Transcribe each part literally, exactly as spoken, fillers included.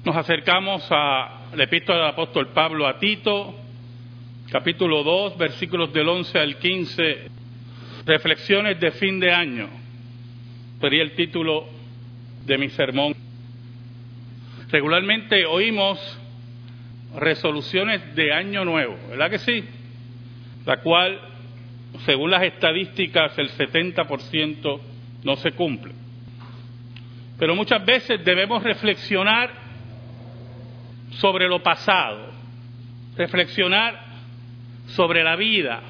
Nos acercamos a la epístola del apóstol Pablo a Tito, capítulo dos, versículos del once al quince, reflexiones de fin de año. Sería el título de mi sermón. Regularmente oímos resoluciones de año nuevo, ¿verdad que sí? La cual, según las estadísticas, el setenta por ciento no se cumple. Pero muchas veces debemos reflexionar sobre lo pasado, reflexionar sobre la vida.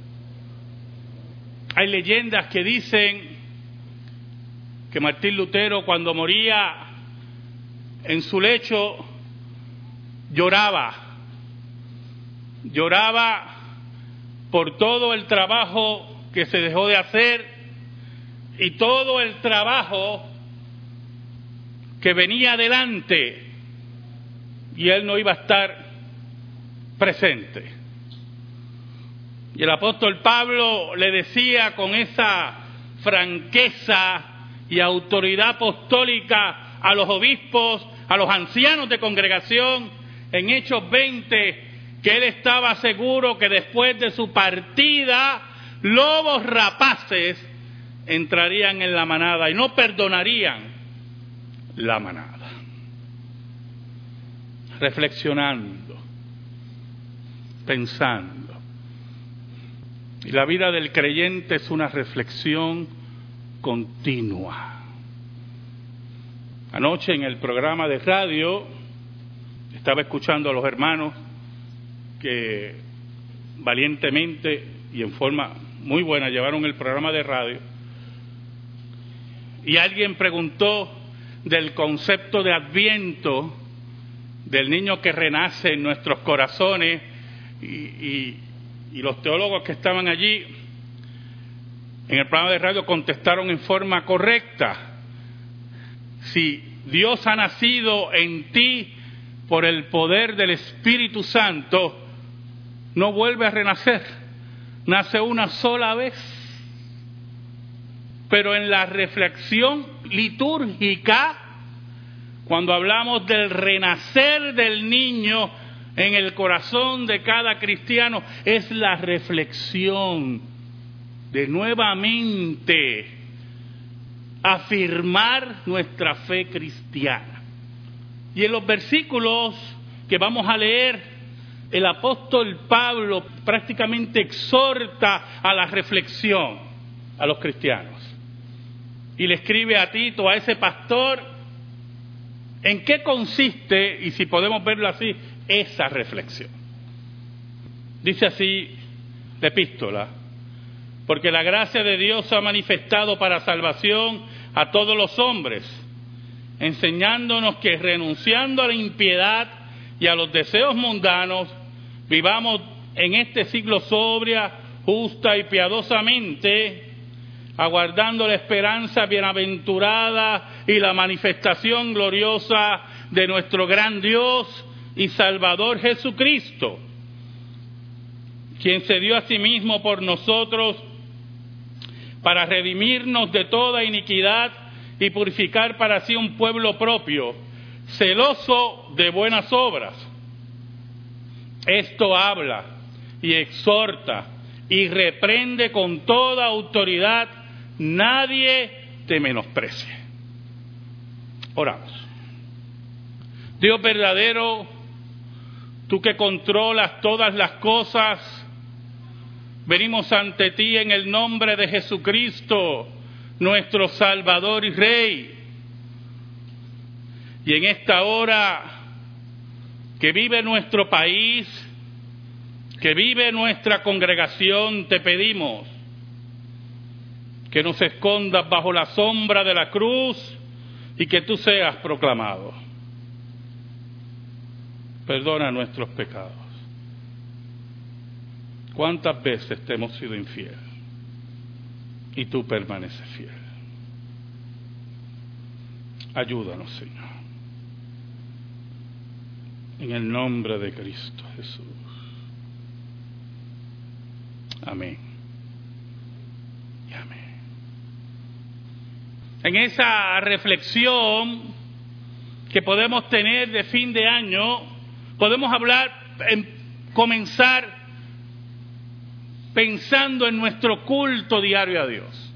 Hay leyendas que dicen que Martín Lutero, cuando moría en su lecho, lloraba, lloraba por todo el trabajo que se dejó de hacer y todo el trabajo que venía adelante, y él no iba a estar presente. Y el apóstol Pablo le decía con esa franqueza y autoridad apostólica a los obispos, a los ancianos de congregación, en Hechos veinte, que él estaba seguro que después de su partida, lobos rapaces entrarían en la manada y no perdonarían la manada. Reflexionando, pensando. Y la vida del creyente es una reflexión continua. Anoche en el programa de radio estaba escuchando a los hermanos que valientemente y en forma muy buena llevaron el programa de radio, y alguien preguntó del concepto de Adviento, del niño que renace en nuestros corazones, y, y, y los teólogos que estaban allí en el programa de radio contestaron en forma correcta. Si Dios ha nacido en ti por el poder del Espíritu Santo, no vuelve a renacer, nace una sola vez. Pero en la reflexión litúrgica, cuando hablamos del renacer del niño en el corazón de cada cristiano, es la reflexión de nuevamente afirmar nuestra fe cristiana. Y en los versículos que vamos a leer, el apóstol Pablo prácticamente exhorta a la reflexión a los cristianos. Y le escribe a Tito, a ese pastor, ¿en qué consiste, y si podemos verlo así, esa reflexión? Dice así la epístola: porque la gracia de Dios se ha manifestado para salvación a todos los hombres, enseñándonos que renunciando a la impiedad y a los deseos mundanos, vivamos en este siglo sobria, justa y piadosamente, aguardando la esperanza bienaventurada y la manifestación gloriosa de nuestro gran Dios y Salvador Jesucristo, quien se dio a sí mismo por nosotros para redimirnos de toda iniquidad y purificar para sí un pueblo propio, celoso de buenas obras. Esto habla y exhorta y reprende con toda autoridad. Nadie te menosprecie. Oramos. Dios verdadero, tú que controlas todas las cosas, venimos ante ti en el nombre de Jesucristo, nuestro Salvador y Rey. Y en esta hora que vive nuestro país, que vive nuestra congregación, te pedimos que nos escondas bajo la sombra de la cruz y que tú seas proclamado. Perdona nuestros pecados. ¿Cuántas veces te hemos sido infiel? Y tú permaneces fiel. Ayúdanos, Señor. En el nombre de Cristo Jesús. Amén. Y amén. En esa reflexión que podemos tener de fin de año, podemos hablar, en, comenzar pensando en nuestro culto diario a Dios.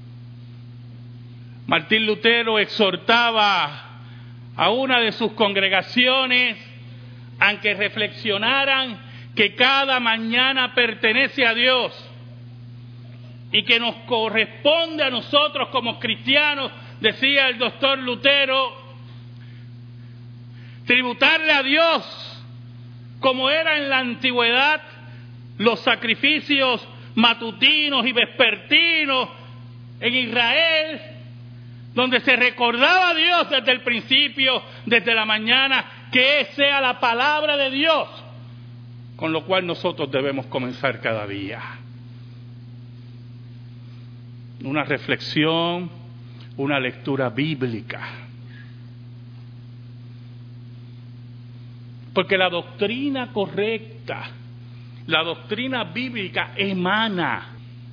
Martín Lutero exhortaba a una de sus congregaciones a que reflexionaran que cada mañana pertenece a Dios y que nos corresponde a nosotros como cristianos, decía el doctor Lutero, tributarle a Dios como era en la antigüedad los sacrificios matutinos y vespertinos en Israel, donde se recordaba a Dios desde el principio, desde la mañana, que sea la palabra de Dios, con lo cual nosotros debemos comenzar cada día. Una reflexión, una lectura bíblica. Porque la doctrina correcta, la doctrina bíblica emana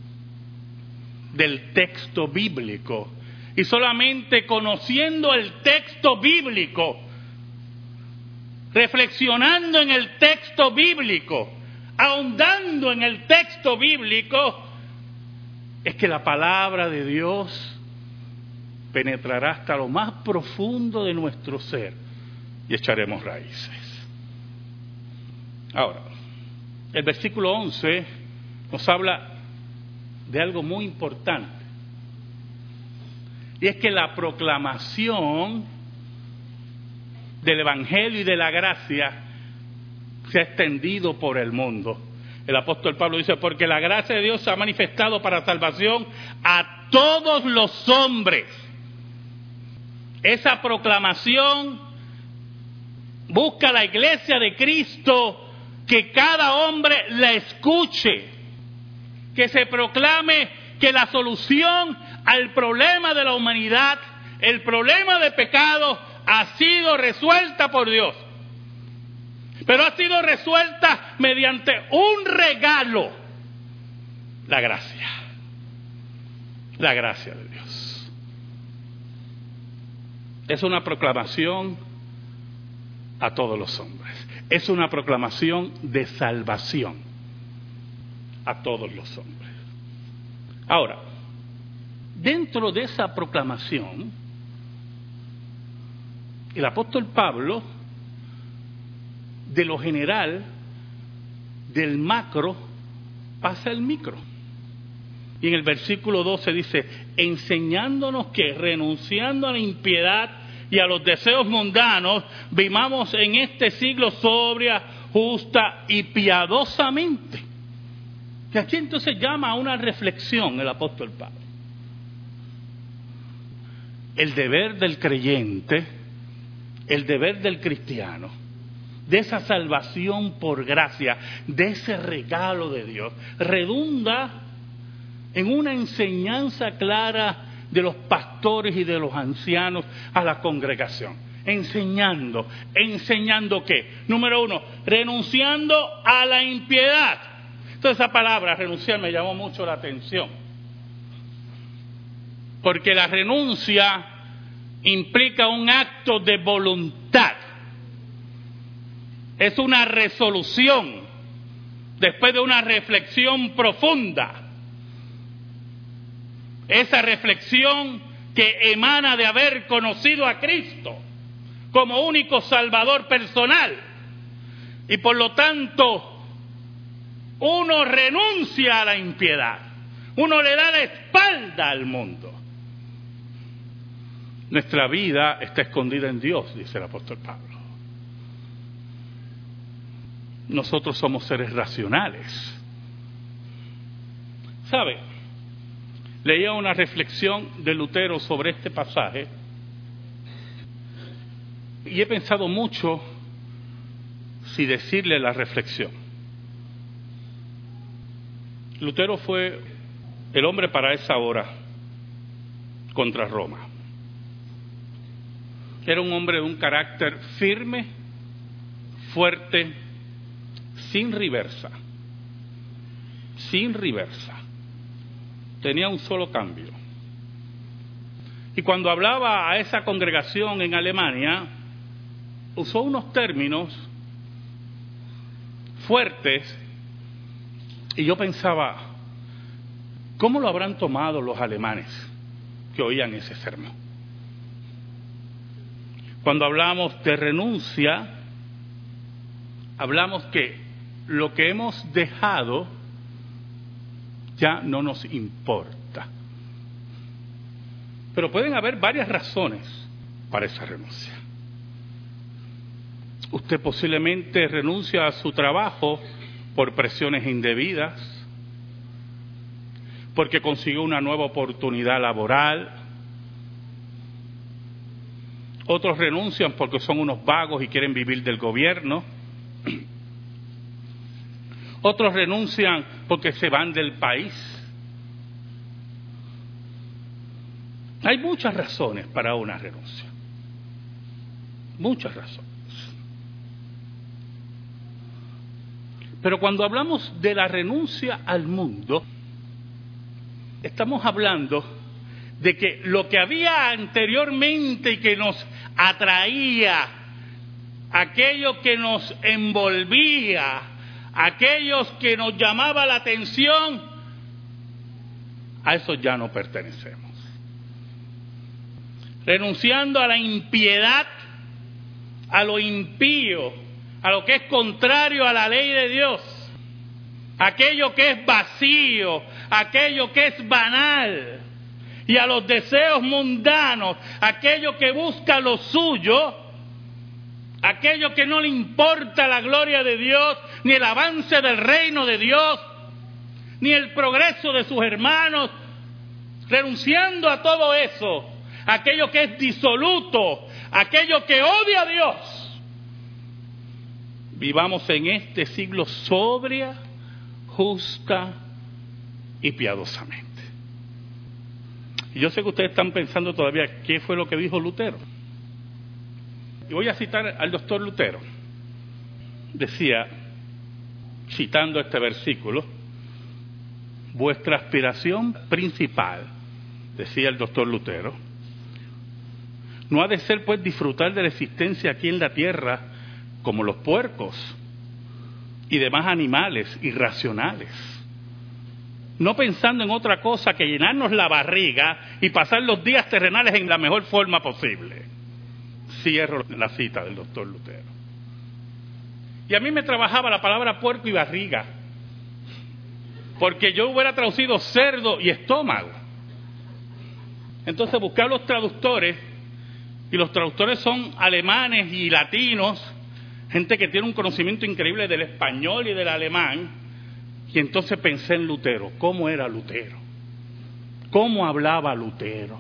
del texto bíblico. Y solamente conociendo el texto bíblico, reflexionando en el texto bíblico, ahondando en el texto bíblico, es que la palabra de Dios penetrará hasta lo más profundo de nuestro ser y echaremos raíces. Ahora, el versículo once nos habla de algo muy importante. Y es que la proclamación del Evangelio y de la gracia se ha extendido por el mundo. El apóstol Pablo dice, porque la gracia de Dios se ha manifestado para salvación a todos los hombres. Esa proclamación busca la iglesia de Cristo que cada hombre la escuche, que se proclame que la solución al problema de la humanidad, el problema de pecado, ha sido resuelta por Dios. Pero ha sido resuelta mediante un regalo, la gracia. La gracia de Dios. Es una proclamación a todos los hombres. Es una proclamación de salvación a todos los hombres. Ahora, dentro de esa proclamación, el apóstol Pablo, de lo general, del macro, pasa al micro. Y en el versículo doce dice, enseñándonos que renunciando a la impiedad y a los deseos mundanos, vivamos en este siglo sobria, justa y piadosamente. Y aquí entonces llama a una reflexión el apóstol Pablo. El deber del creyente, el deber del cristiano, de esa salvación por gracia, de ese regalo de Dios, redunda en una enseñanza clara de los pastores y de los ancianos a la congregación. Enseñando, ¿enseñando qué? Número uno, renunciando a la impiedad. Entonces esa palabra, renunciar, me llamó mucho la atención. Porque la renuncia implica un acto de voluntad. Es una resolución después de una reflexión profunda. Esa reflexión que emana de haber conocido a Cristo como único Salvador personal. Y por lo tanto, uno renuncia a la impiedad. Uno le da la espalda al mundo. Nuestra vida está escondida en Dios, dice el apóstol Pablo. Nosotros somos seres racionales. ¿Sabe? Leía una reflexión de Lutero sobre este pasaje y he pensado mucho si decirle la reflexión. Lutero fue el hombre para esa hora contra Roma. Era un hombre de un carácter firme, fuerte, sin reversa. Sin reversa. Tenía un solo cambio. Y cuando hablaba a esa congregación en Alemania, usó unos términos fuertes y yo pensaba, ¿cómo lo habrán tomado los alemanes que oían ese sermón? Cuando hablamos de renuncia, hablamos que lo que hemos dejado ya no nos importa. Pero pueden haber varias razones para esa renuncia. Usted posiblemente renuncia a su trabajo por presiones indebidas, porque consiguió una nueva oportunidad laboral. Otros renuncian porque son unos vagos y quieren vivir del gobierno. Otros renuncian porque se van del país. Hay muchas razones para una renuncia. Muchas razones. Pero cuando hablamos de la renuncia al mundo, estamos hablando de que lo que había anteriormente y que nos atraía, aquello que nos envolvía, aquellos que nos llamaba la atención, a eso ya no pertenecemos. Renunciando a la impiedad, a lo impío, a lo que es contrario a la ley de Dios, aquello que es vacío, aquello que es banal, y a los deseos mundanos, aquello que busca lo suyo, aquello que no le importa la gloria de Dios, ni el avance del reino de Dios, ni el progreso de sus hermanos, renunciando a todo eso, aquello que es disoluto, aquello que odia a Dios. Vivamos en este siglo sobria, justa y piadosamente. Y yo sé que ustedes están pensando todavía qué fue lo que dijo Lutero. Y voy a citar al doctor Lutero. Decía, citando este versículo, vuestra aspiración principal, decía el doctor Lutero, no ha de ser pues disfrutar de la existencia aquí en la tierra como los puercos y demás animales irracionales, no pensando en otra cosa que llenarnos la barriga y pasar los días terrenales en la mejor forma posible. Cierro la cita del doctor Lutero. Y a mí me trabajaba la palabra puerco y barriga, porque yo hubiera traducido cerdo y estómago. Entonces busqué a los traductores, y los traductores son alemanes y latinos, gente que tiene un conocimiento increíble del español y del alemán. Y entonces pensé en Lutero. ¿Cómo era Lutero? ¿Cómo hablaba Lutero?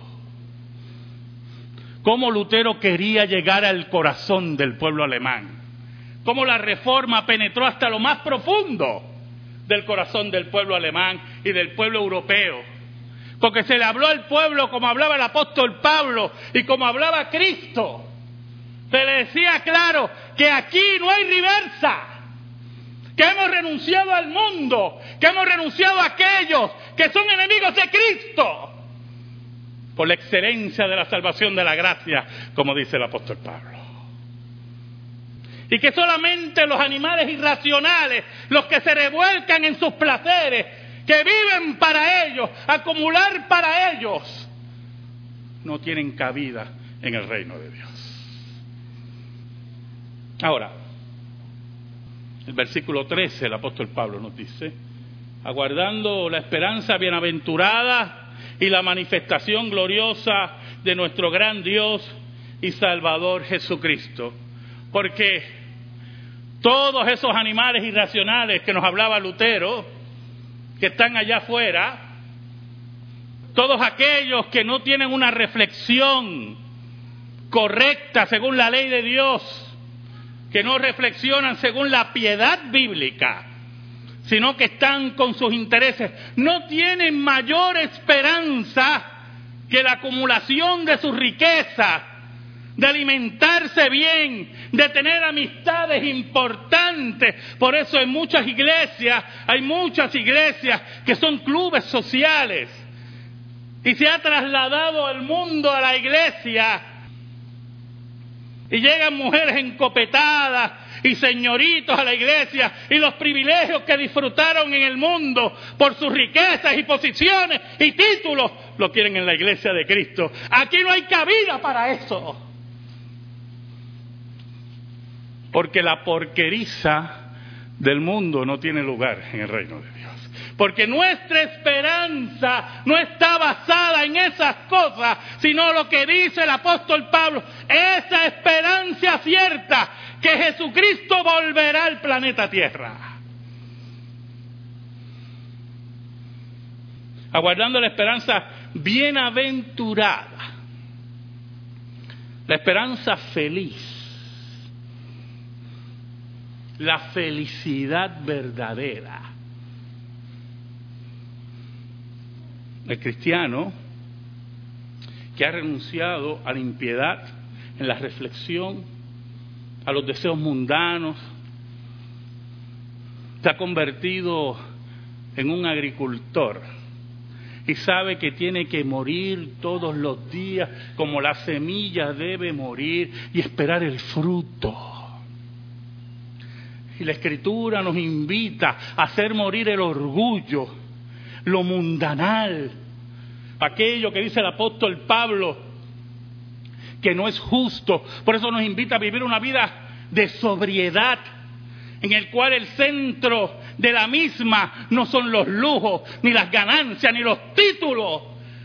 ¿Cómo Lutero quería llegar al corazón del pueblo alemán? ¿Cómo la reforma penetró hasta lo más profundo del corazón del pueblo alemán y del pueblo europeo? Porque se le habló al pueblo como hablaba el apóstol Pablo y como hablaba Cristo. Se le decía claro que aquí no hay reversa, que hemos renunciado al mundo, que hemos renunciado a aquellos que son enemigos de Cristo, por la excelencia de la salvación de la gracia, como dice el apóstol Pablo. Y que solamente los animales irracionales, los que se revuelcan en sus placeres, que viven para ellos, acumular para ellos, no tienen cabida en el reino de Dios. Ahora, el versículo trece, el apóstol Pablo nos dice, aguardando la esperanza bienaventurada y la manifestación gloriosa de nuestro gran Dios y Salvador Jesucristo. Porque todos esos animales irracionales que nos hablaba Lutero, que están allá afuera, todos aquellos que no tienen una reflexión correcta según la ley de Dios, que no reflexionan según la piedad bíblica, sino que están con sus intereses, no tienen mayor esperanza que la acumulación de sus riquezas, de alimentarse bien, de tener amistades importantes. Por eso en muchas iglesias, hay muchas iglesias que son clubes sociales, y se ha trasladado al mundo a la iglesia y llegan mujeres encopetadas y señoritos a la iglesia y los privilegios que disfrutaron en el mundo por sus riquezas y posiciones y títulos, lo quieren en la iglesia de Cristo. Aquí no hay cabida para eso. Porque la porqueriza del mundo no tiene lugar en el reino de Dios. Porque nuestra esperanza no está basada en esas cosas, sino lo que dice el apóstol Pablo, esa esperanza cierta que Jesucristo volverá al planeta Tierra. Aguardando la esperanza bienaventurada, la esperanza feliz, la felicidad verdadera. El cristiano que ha renunciado a la impiedad en la reflexión, a los deseos mundanos, se ha convertido en un agricultor y sabe que tiene que morir todos los días como la semilla debe morir y esperar el fruto. Y la Escritura nos invita a hacer morir el orgullo, lo mundanal, aquello que dice el apóstol Pablo, que no es justo. Por eso nos invita a vivir una vida de sobriedad, en el cual el centro de la misma no son los lujos, ni las ganancias, ni los títulos.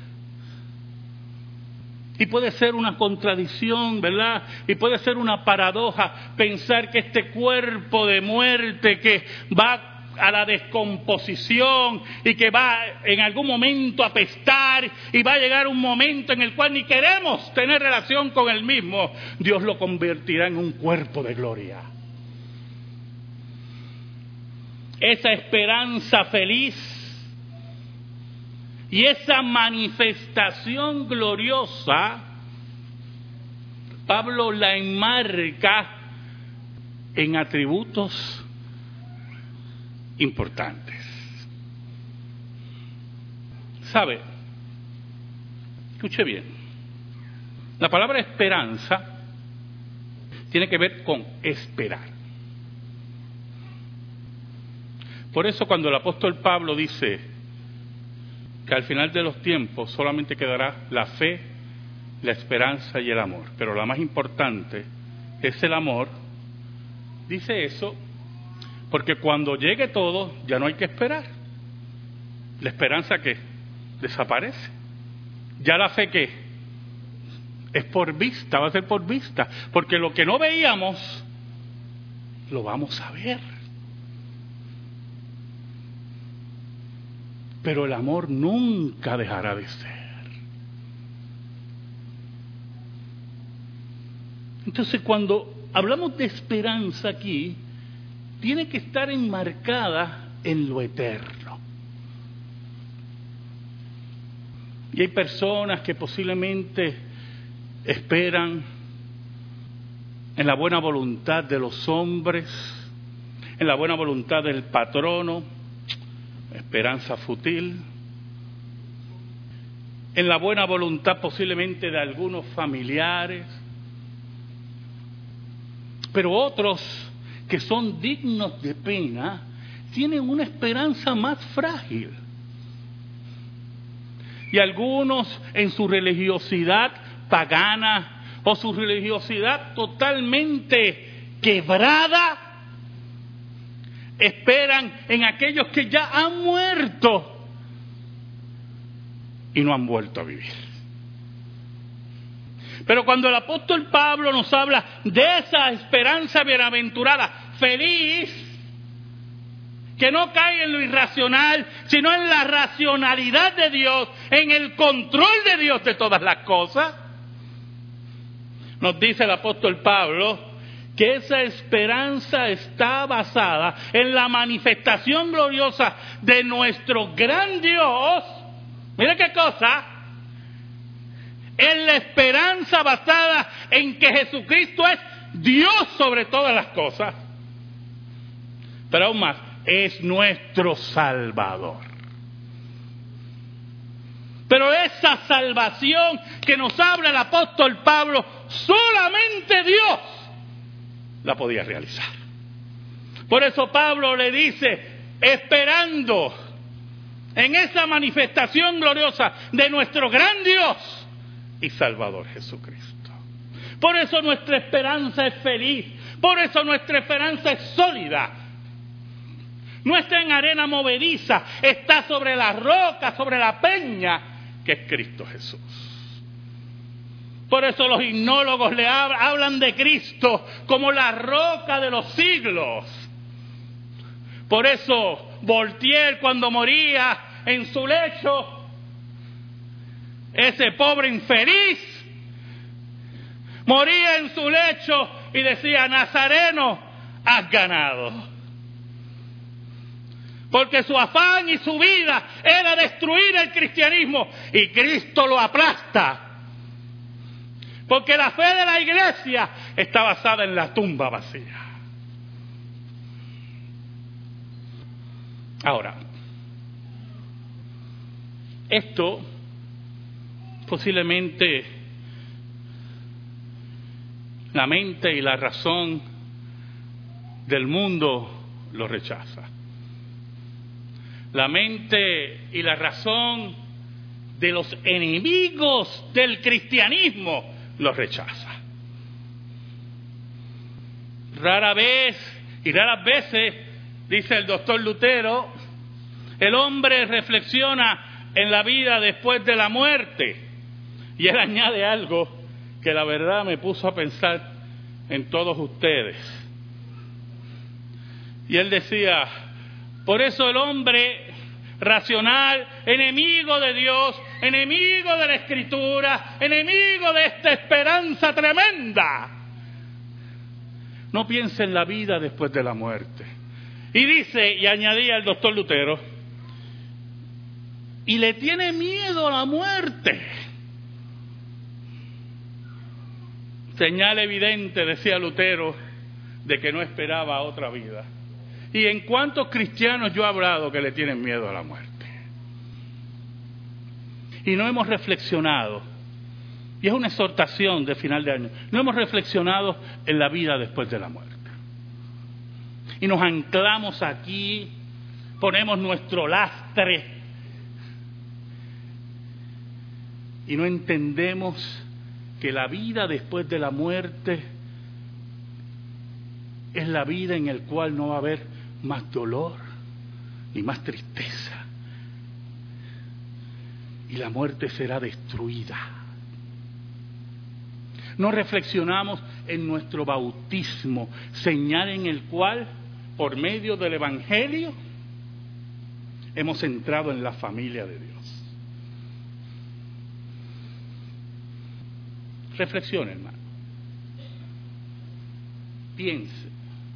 Y puede ser una contradicción, ¿verdad? Y puede ser una paradoja pensar que este cuerpo de muerte que va a la descomposición y que va en algún momento a apestar y va a llegar un momento en el cual ni queremos tener relación con el mismo, Dios lo convertirá en un cuerpo de gloria. Esa esperanza feliz y esa manifestación gloriosa, Pablo la enmarca en atributos importantes. ¿Sabe? Escuche bien. La palabra esperanza tiene que ver con esperar. Por eso cuando el apóstol Pablo dice que al final de los tiempos solamente quedará la fe, la esperanza y el amor, pero la más importante es el amor, dice eso porque cuando llegue todo ya no hay que esperar. La esperanza que desaparece, ya la fe que es por vista, va a ser por vista, porque lo que no veíamos lo vamos a ver. Pero el amor nunca dejará de ser. Entonces, cuando hablamos de esperanza aquí, tiene que estar enmarcada en lo eterno. Y hay personas que posiblemente esperan en la buena voluntad de los hombres, en la buena voluntad del patrono, esperanza fútil, en la buena voluntad posiblemente de algunos familiares, pero otros que son dignos de pena tienen una esperanza más frágil. Y algunos en su religiosidad pagana o su religiosidad totalmente quebrada, esperan en aquellos que ya han muerto y no han vuelto a vivir. Pero cuando el apóstol Pablo nos habla de esa esperanza bienaventurada, feliz, que no cae en lo irracional, sino en la racionalidad de Dios, en el control de Dios de todas las cosas, nos dice el apóstol Pablo que esa esperanza está basada en la manifestación gloriosa de nuestro gran Dios. Mira qué cosa. En la esperanza basada en que Jesucristo es Dios sobre todas las cosas. Pero aún más, es nuestro Salvador. Pero esa salvación que nos habla el apóstol Pablo, solamente Dios la podía realizar. Por eso Pablo le dice, esperando en esa manifestación gloriosa de nuestro gran Dios y Salvador Jesucristo. Por eso nuestra esperanza es feliz, por eso nuestra esperanza es sólida. No está en arena movediza, está sobre la roca, sobre la peña, que es Cristo Jesús. Por eso los himnólogos le hablan de Cristo como la roca de los siglos. Por eso Voltaire, cuando moría en su lecho, ese pobre infeliz, moría en su lecho y decía, Nazareno, has ganado. Porque su afán y su vida era destruir el cristianismo y Cristo lo aplasta. Porque la fe de la iglesia está basada en la tumba vacía. Ahora, esto posiblemente la mente y la razón del mundo lo rechaza. La mente y la razón de los enemigos del cristianismo lo rechaza. Rara vez y raras veces, dice el doctor Lutero, el hombre reflexiona en la vida después de la muerte. Y él añade algo que la verdad me puso a pensar en todos ustedes. Y él decía, por eso el hombre racional, enemigo de Dios, enemigo de la Escritura, enemigo de esta esperanza tremenda, no piensa en la vida después de la muerte. Y dice, y añadía el doctor Lutero, y le tiene miedo a la muerte. Señal evidente, decía Lutero, de que no esperaba otra vida. ¿Y en cuántos cristianos yo he hablado que le tienen miedo a la muerte? Y no hemos reflexionado, y es una exhortación de final de año, no hemos reflexionado en la vida después de la muerte. Y nos anclamos aquí, ponemos nuestro lastre, y no entendemos que la vida después de la muerte es la vida en la cual no va a haber más dolor ni más tristeza. Y la muerte será destruida. No reflexionamos en nuestro bautismo, señal en el cual, por medio del Evangelio, hemos entrado en la familia de Dios. Reflexione, hermano. Piense.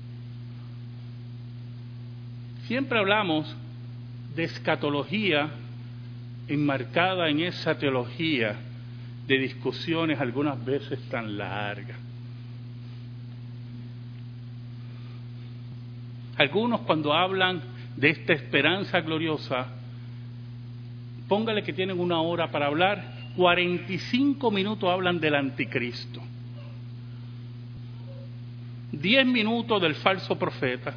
Siempre hablamos de escatología enmarcada en esa teología de discusiones algunas veces tan largas. Algunos cuando hablan de esta esperanza gloriosa, póngale que tienen una hora para hablar, cuarenta y cinco minutos hablan del anticristo, diez minutos del falso profeta,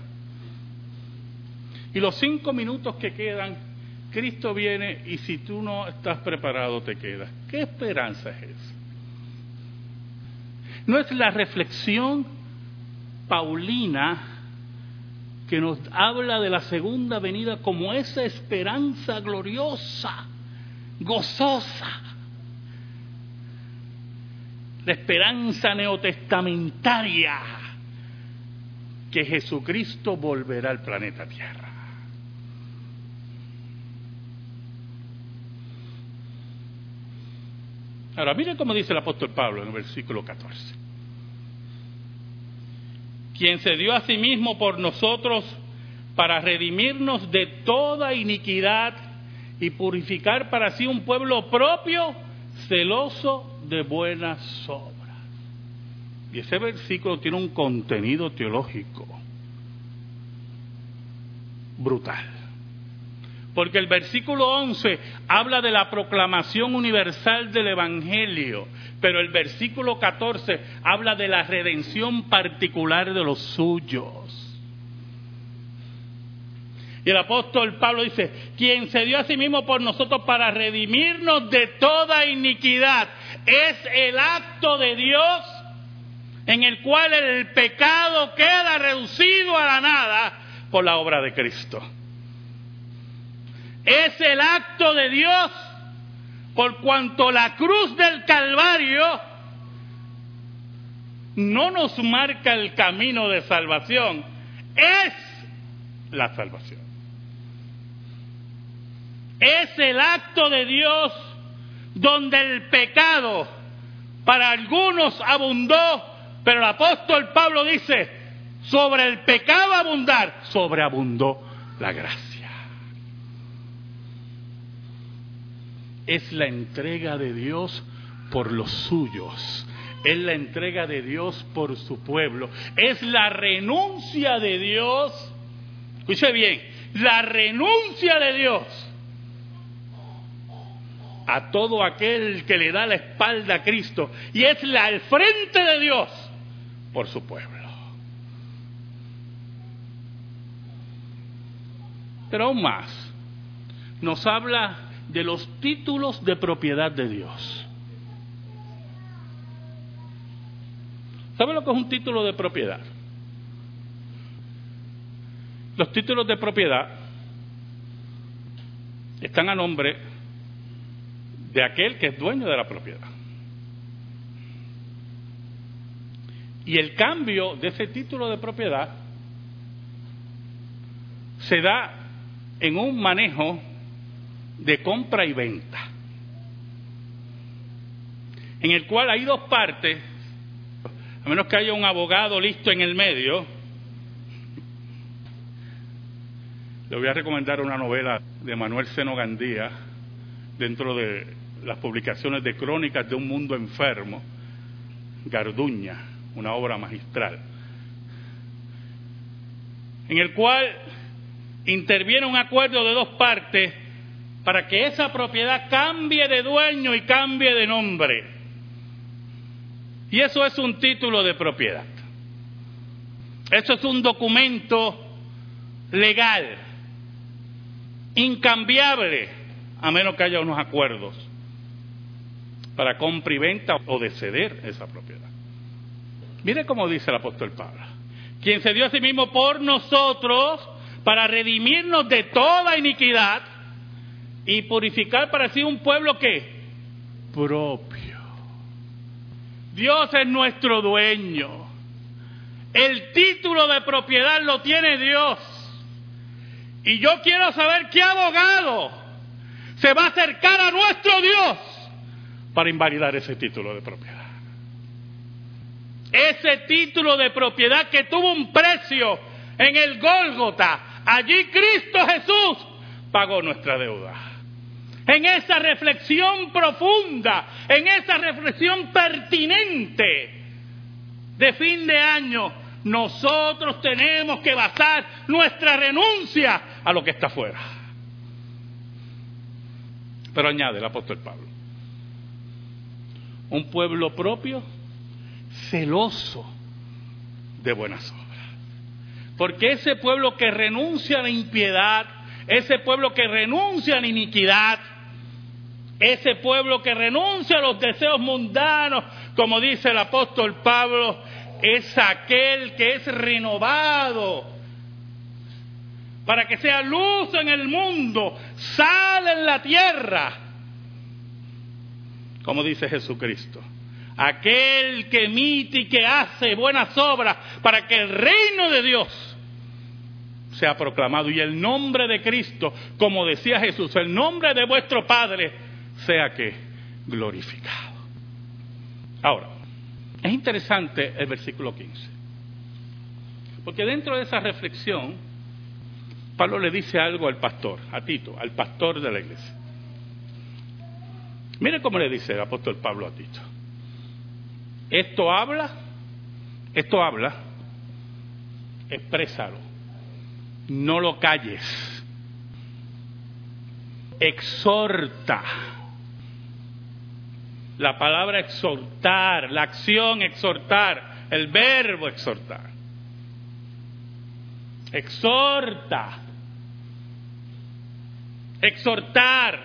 y los cinco minutos que quedan, Cristo viene y si tú no estás preparado te quedas. ¿Qué esperanza es esa? No es la reflexión paulina que nos habla de la segunda venida como esa esperanza gloriosa, gozosa. La esperanza neotestamentaria que Jesucristo volverá al planeta Tierra. Ahora, miren cómo dice el apóstol Pablo en el versículo catorce. Quien se dio a sí mismo por nosotros para redimirnos de toda iniquidad y purificar para sí un pueblo propio, celoso de buenas obras. Y ese versículo tiene un contenido teológico brutal. Porque el versículo once habla de la proclamación universal del Evangelio, pero el versículo catorce habla de la redención particular de los suyos. Y el apóstol Pablo dice, quien se dio a sí mismo por nosotros para redimirnos de toda iniquidad, es el acto de Dios en el cual el pecado queda reducido a la nada por la obra de Cristo. Es el acto de Dios por cuanto la cruz del Calvario no nos marca el camino de salvación, es la salvación. Es el acto de Dios donde el pecado para algunos abundó, pero el apóstol Pablo dice, sobre el pecado abundar, sobreabundó la gracia. Es la entrega de Dios por los suyos, es la entrega de Dios por su pueblo, es la renuncia de Dios, escuche bien, la renuncia de Dios a todo aquel que le da la espalda a Cristo, y es la al frente de Dios por su pueblo. Pero aún más, nos habla de los títulos de propiedad de Dios. ¿Sabe lo que es un título de propiedad? Los títulos de propiedad están a nombre de aquel que es dueño de la propiedad. Y el cambio de ese título de propiedad se da en un manejo de compra y venta, en el cual hay dos partes, a menos que haya un abogado listo en el medio. Le voy a recomendar una novela de Manuel Seno Gandía, dentro de las publicaciones de Crónicas de un Mundo Enfermo, Garduña, una obra magistral, en el cual interviene un acuerdo de dos partes para que esa propiedad cambie de dueño y cambie de nombre. Y eso es un título de propiedad. Eso es un documento legal, incambiable, a menos que haya unos acuerdos para compra y venta o de ceder esa propiedad. Mire cómo dice el apóstol Pablo, quien se dio a sí mismo por nosotros para redimirnos de toda iniquidad y purificar para sí un pueblo que propio. Dios es nuestro dueño. El título de propiedad lo tiene Dios. Y yo quiero saber qué abogado se va a acercar a nuestro Dios para invalidar ese título de propiedad. Ese título de propiedad que tuvo un precio en el Gólgota. Allí Cristo Jesús pagó nuestra deuda. En esa reflexión profunda, en esa reflexión pertinente de fin de año, nosotros tenemos que basar nuestra renuncia a lo que está afuera. Pero añade el apóstol Pablo, un pueblo propio, celoso de buenas obras. Porque ese pueblo que renuncia a la impiedad, ese pueblo que renuncia a la iniquidad, ese pueblo que renuncia a los deseos mundanos, como dice el apóstol Pablo, es aquel que es renovado para que sea luz en el mundo, sal en la tierra, como dice Jesucristo. Aquel que emite y que hace buenas obras para que el reino de Dios sea proclamado y el nombre de Cristo, como decía Jesús, el nombre de vuestro Padre sea que glorificado. Ahora, es interesante el versículo quince, porque dentro de esa reflexión Pablo le dice algo al pastor, a Tito, al pastor de la iglesia. Mire cómo le dice el apóstol Pablo a Tito. Esto habla, esto habla, exprésalo, no lo calles. exhorta. La palabra exhortar, la acción exhortar, el verbo exhortar. Exhorta. Exhortar.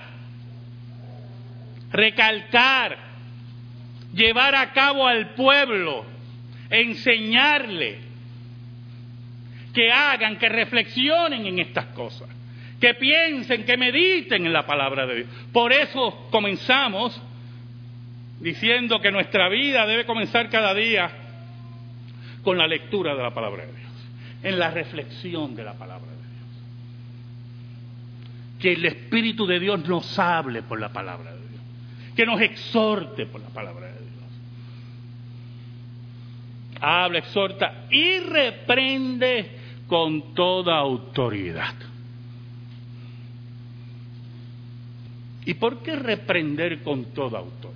Recalcar. Llevar a cabo al pueblo. Enseñarle. Que hagan, que reflexionen en estas cosas. Que piensen, que mediten en la palabra de Dios. Por eso comenzamos diciendo que nuestra vida debe comenzar cada día con la lectura de la palabra de Dios, en la reflexión de la palabra de Dios. Que el Espíritu de Dios nos hable por la palabra de Dios, que nos exhorte por la palabra de Dios. Habla, exhorta y reprende con toda autoridad. ¿Y por qué reprender con toda autoridad?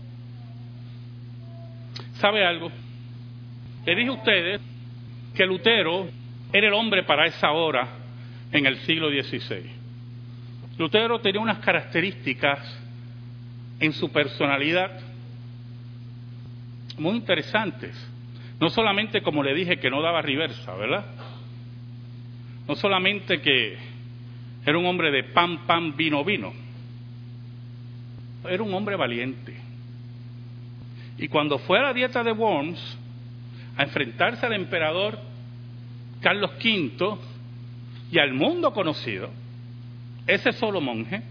¿Sabe algo? Le dije a ustedes que Lutero era el hombre para esa hora en el siglo dieciséis. Lutero tenía unas características en su personalidad muy interesantes. No solamente, como le dije, que no daba reversa, ¿verdad? No solamente que era un hombre de pan, pan, vino, vino. Era un hombre valiente. Y cuando fue a la dieta de Worms a enfrentarse al emperador Carlos quinto y al mundo conocido, ese solo monje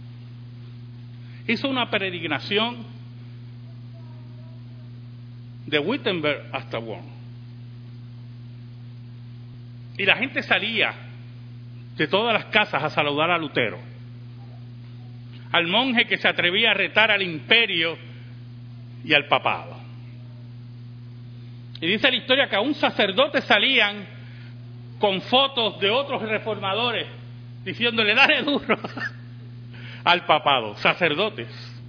hizo una peregrinación de Wittenberg hasta Worms. Y la gente salía de todas las casas a saludar a Lutero, al monje que se atrevía a retar al imperio y al papado. Y dice la historia que aún sacerdotes salían con fotos de otros reformadores diciéndole dale duro al papado, sacerdotes.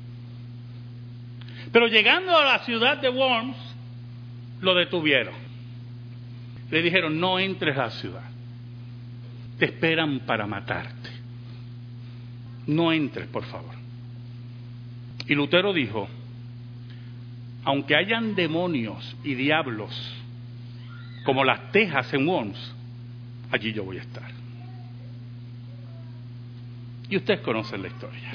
Pero llegando a la ciudad de Worms lo detuvieron. Le dijeron no entres a la ciudad, te esperan para matarte, no entres por favor. Y Lutero dijo, aunque hayan demonios y diablos como las tejas en Worms, allí yo voy a estar. Y ustedes conocen la historia.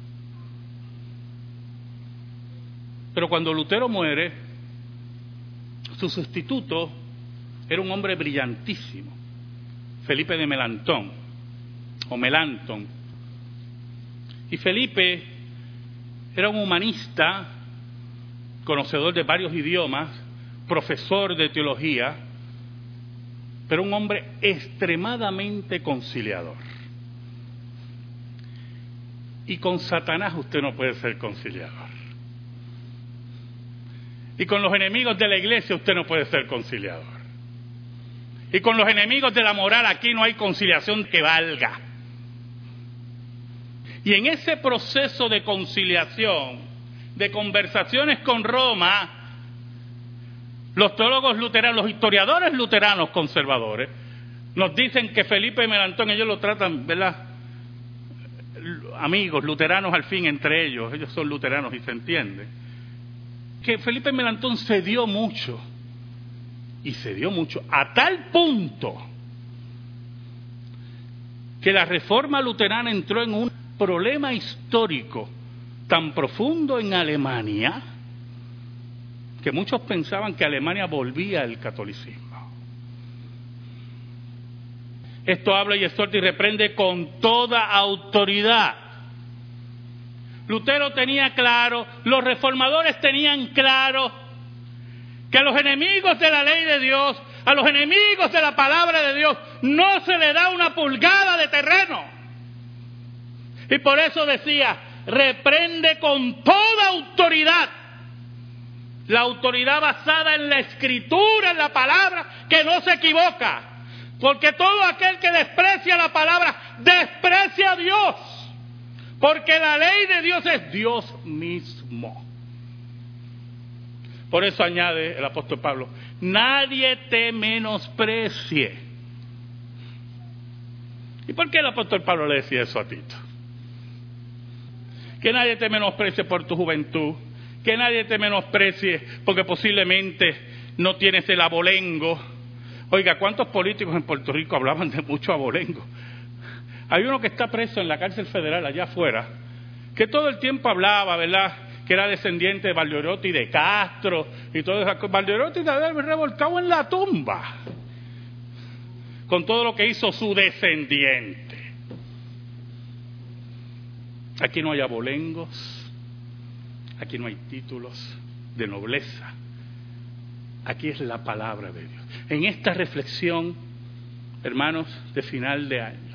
Pero cuando Lutero muere, su sustituto era un hombre brillantísimo, Felipe de Melanchthon, o Melanchthon. Y Felipe era un humanista, conocedor de varios idiomas, profesor de teología, pero un hombre extremadamente conciliador. Y con Satanás usted no puede ser conciliador. Y con los enemigos de la iglesia usted no puede ser conciliador. Y con los enemigos de la moral aquí no hay conciliación que valga. Y en ese proceso de conciliación, de conversaciones con Roma, los teólogos luteranos, los historiadores luteranos conservadores, nos dicen que Felipe y Melanchthon, ellos lo tratan, ¿verdad? Amigos luteranos al fin entre ellos, ellos son luteranos y se entiende, que Felipe Melanchthon cedió mucho, y cedió mucho, a tal punto que la reforma luterana entró en un problema histórico tan profundo en Alemania que muchos pensaban que Alemania volvía al catolicismo. Esto habla y exhorta y reprende con toda autoridad. Lutero tenía claro, los reformadores tenían claro que a los enemigos de la ley de Dios, a los enemigos de la palabra de Dios, no se le da una pulgada de terreno. Y por eso decía, reprende con toda autoridad. La autoridad basada en la escritura, en la palabra, que no se equivoca. Porque todo aquel que desprecia la palabra, desprecia a Dios. Porque la ley de Dios es Dios mismo. Por eso añade el apóstol Pablo, nadie te menosprecie. ¿Y por qué el apóstol Pablo le decía eso a Tito? Que nadie te menosprecie por tu juventud. Que nadie te menosprecie porque posiblemente no tienes el abolengo. Oiga, ¿cuántos políticos en Puerto Rico hablaban de mucho abolengo? Hay uno que está preso en la cárcel federal allá afuera, que todo el tiempo hablaba, ¿verdad?, que era descendiente de Valdoriotti y de Castro y todo eso. Valdoriotti te había revolcado en la tumba con todo lo que hizo su descendiente. Aquí no hay abolengos, aquí no hay títulos de nobleza, aquí es la palabra de Dios. En esta reflexión, hermanos, de final de año,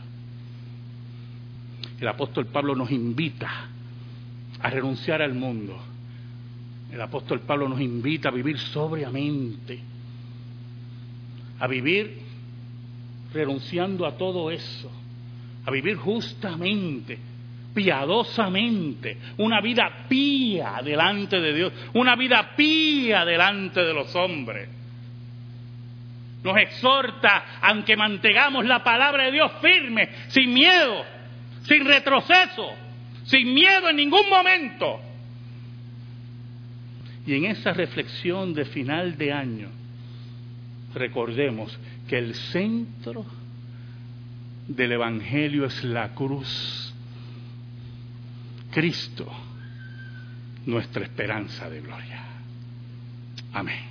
el apóstol Pablo nos invita a renunciar al mundo. El apóstol Pablo nos invita a vivir sobriamente, a vivir renunciando a todo eso, a vivir justamente, piadosamente, una vida pía delante de Dios, una vida pía delante de los hombres. Nos exhorta a que mantengamos la palabra de Dios firme, sin miedo, sin retroceso, sin miedo en ningún momento. Y en esa reflexión de final de año, recordemos que el centro del Evangelio es la cruz. Cristo, nuestra esperanza de gloria. Amén.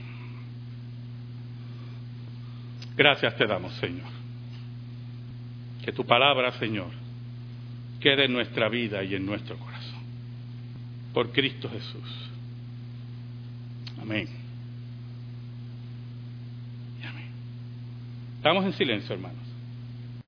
Gracias te damos, Señor. Que tu palabra, Señor, quede en nuestra vida y en nuestro corazón. Por Cristo Jesús. Amén. Y amén. Estamos en silencio, hermanos.